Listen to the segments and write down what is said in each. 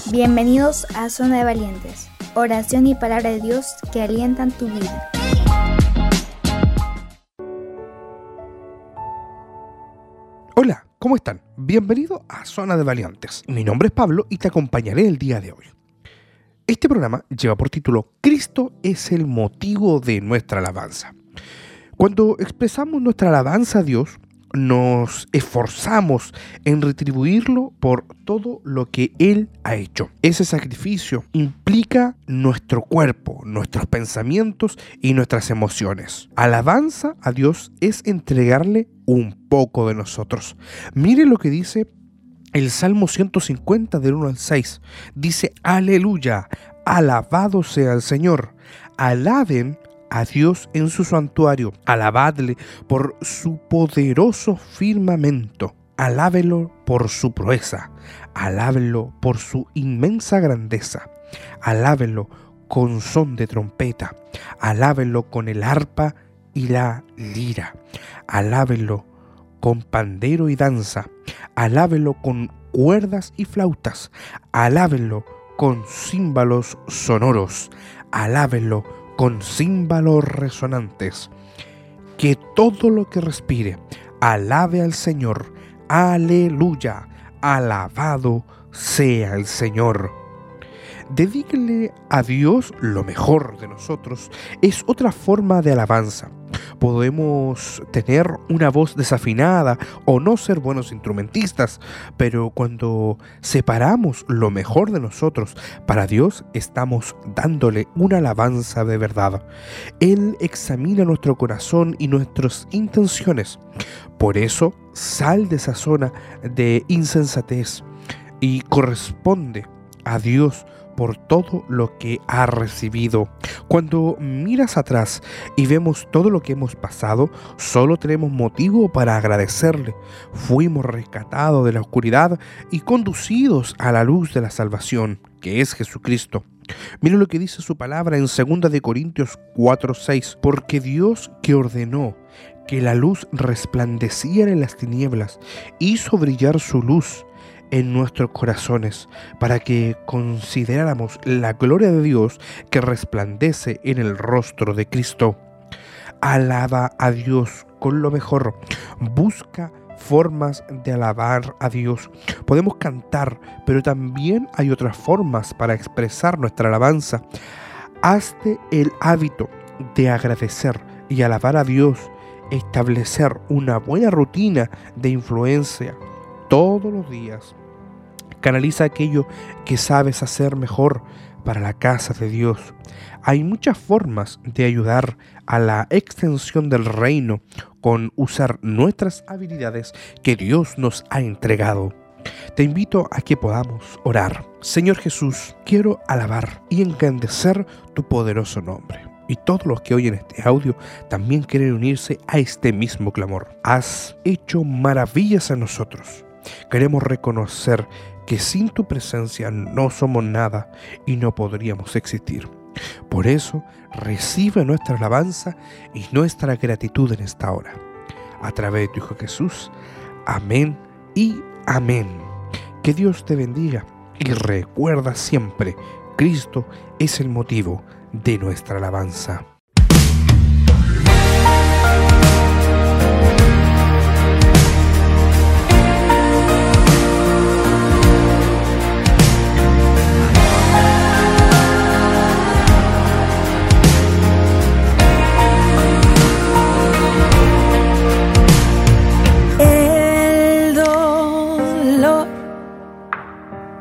Bienvenidos a Zona de Valientes, oración y palabra de Dios que alientan tu vida. Hola, ¿cómo están? Bienvenido a Zona de Valientes. Mi nombre es Pablo y te acompañaré el día de hoy. Este programa lleva por título Cristo es el motivo de nuestra alabanza. Cuando expresamos nuestra alabanza a Dios, nos esforzamos en retribuirlo por todo lo que Él ha hecho. Ese sacrificio implica nuestro cuerpo, nuestros pensamientos y nuestras emociones. Alabanza a Dios es entregarle un poco de nosotros. Mire lo que dice el Salmo 150 del 1 al 6. Dice: aleluya, alabado sea el Señor. Alaben a Dios en su santuario, alabadle por su poderoso firmamento, alábelo por su proeza, alábelo por su inmensa grandeza, alábelo con son de trompeta, alábelo con el arpa y la lira, alábelo con pandero y danza, alábelo con cuerdas y flautas, alábelo con címbalos sonoros, alábelo con címbalos resonantes. Que todo lo que respire alabe al Señor. Aleluya, alabado sea el Señor. Dedíquenle a Dios lo mejor de nosotros es otra forma de alabanza. Podemos tener una voz desafinada o no ser buenos instrumentistas, pero cuando separamos lo mejor de nosotros para Dios, estamos dándole una alabanza de verdad. Él examina nuestro corazón y nuestras intenciones. Por eso, sal de esa zona de insensatez y corresponde a Dios por todo lo que ha recibido. Cuando miras atrás y vemos todo lo que hemos pasado, solo tenemos motivo para agradecerle. Fuimos rescatados de la oscuridad y conducidos a la luz de la salvación, que es Jesucristo. Mira lo que dice su palabra en 2 de Corintios 4:6. Porque Dios, que ordenó que la luz resplandeciera en las tinieblas, hizo brillar su luz en nuestros corazones, para que consideráramos la gloria de Dios que resplandece en el rostro de Cristo. Alaba a Dios con lo mejor. Busca formas de alabar a Dios. Podemos cantar, pero también hay otras formas para expresar nuestra alabanza. Hazte el hábito de agradecer y alabar a Dios. Establecer una buena rutina de influencia todos los días. Canaliza aquello que sabes hacer mejor para la casa de Dios. Hay muchas formas de ayudar a la extensión del reino con usar nuestras habilidades que Dios nos ha entregado. Te invito a que podamos orar. Señor Jesús, quiero alabar y engrandecer tu poderoso nombre. Y todos los que oyen este audio también quieren unirse a este mismo clamor. Has hecho maravillas en nosotros. Queremos reconocer que sin tu presencia no somos nada y no podríamos existir. Por eso, recibe nuestra alabanza y nuestra gratitud en esta hora. A través de tu Hijo Jesús. Amén y amén. Que Dios te bendiga y recuerda siempre, Cristo es el motivo de nuestra alabanza.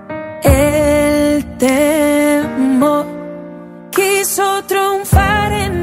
El temor quiso triunfar en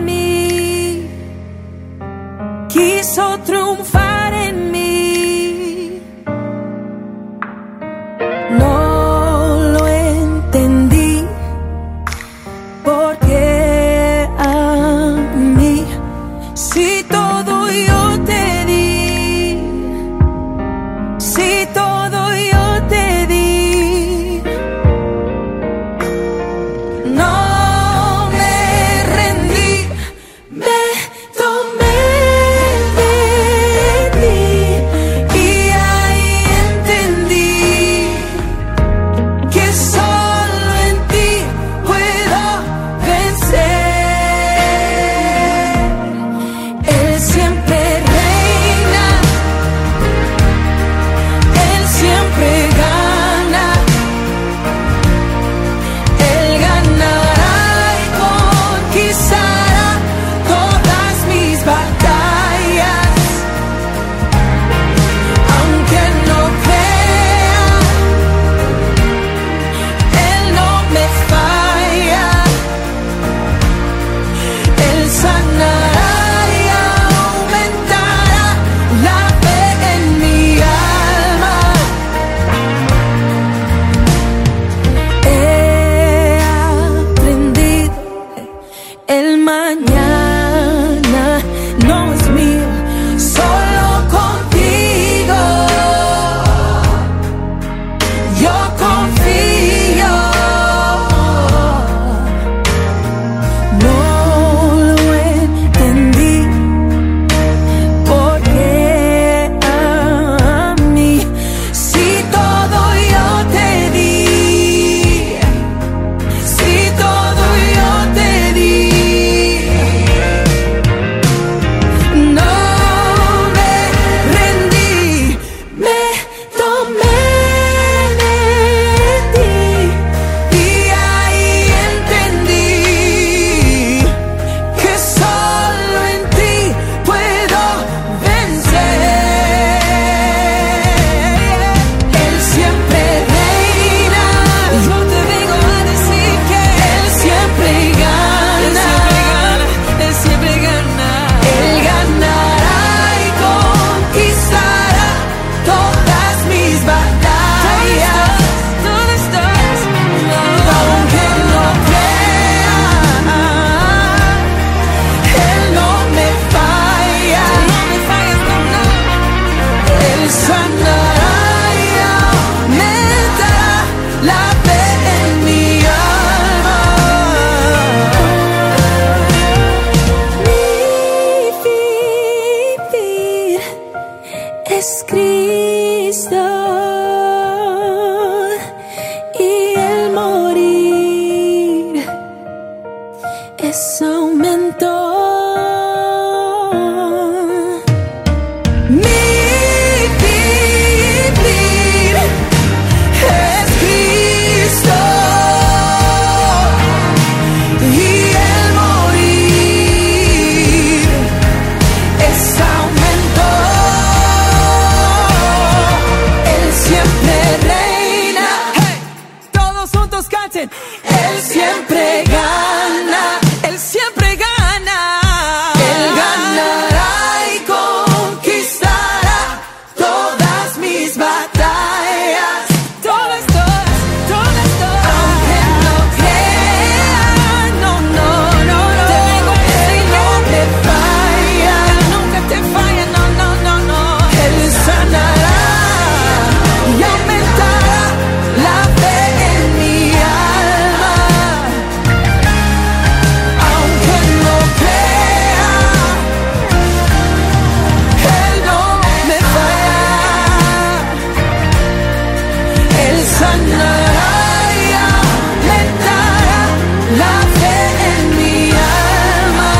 sanará y aumentará la fe en mi alma.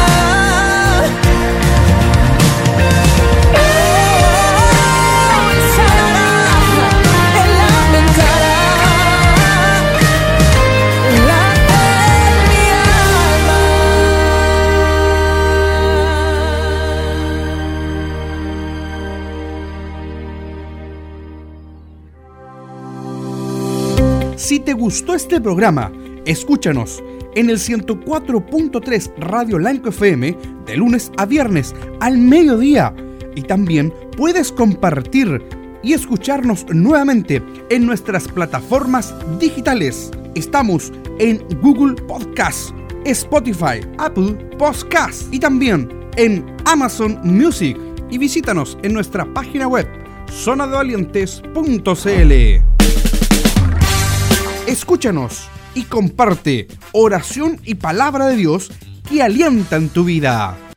Sanará, Él aumentará la fe en mi alma. Si te gustó este programa, escúchanos en el 104.3 Radio Lanco FM de lunes a viernes al mediodía. Y también puedes compartir y escucharnos nuevamente en nuestras plataformas digitales. Estamos en Google Podcast, Spotify, Apple Podcast y también en Amazon Music. Y visítanos en nuestra página web zonadevalientes.cl. Escúchanos y comparte oración y palabra de Dios que alientan tu vida.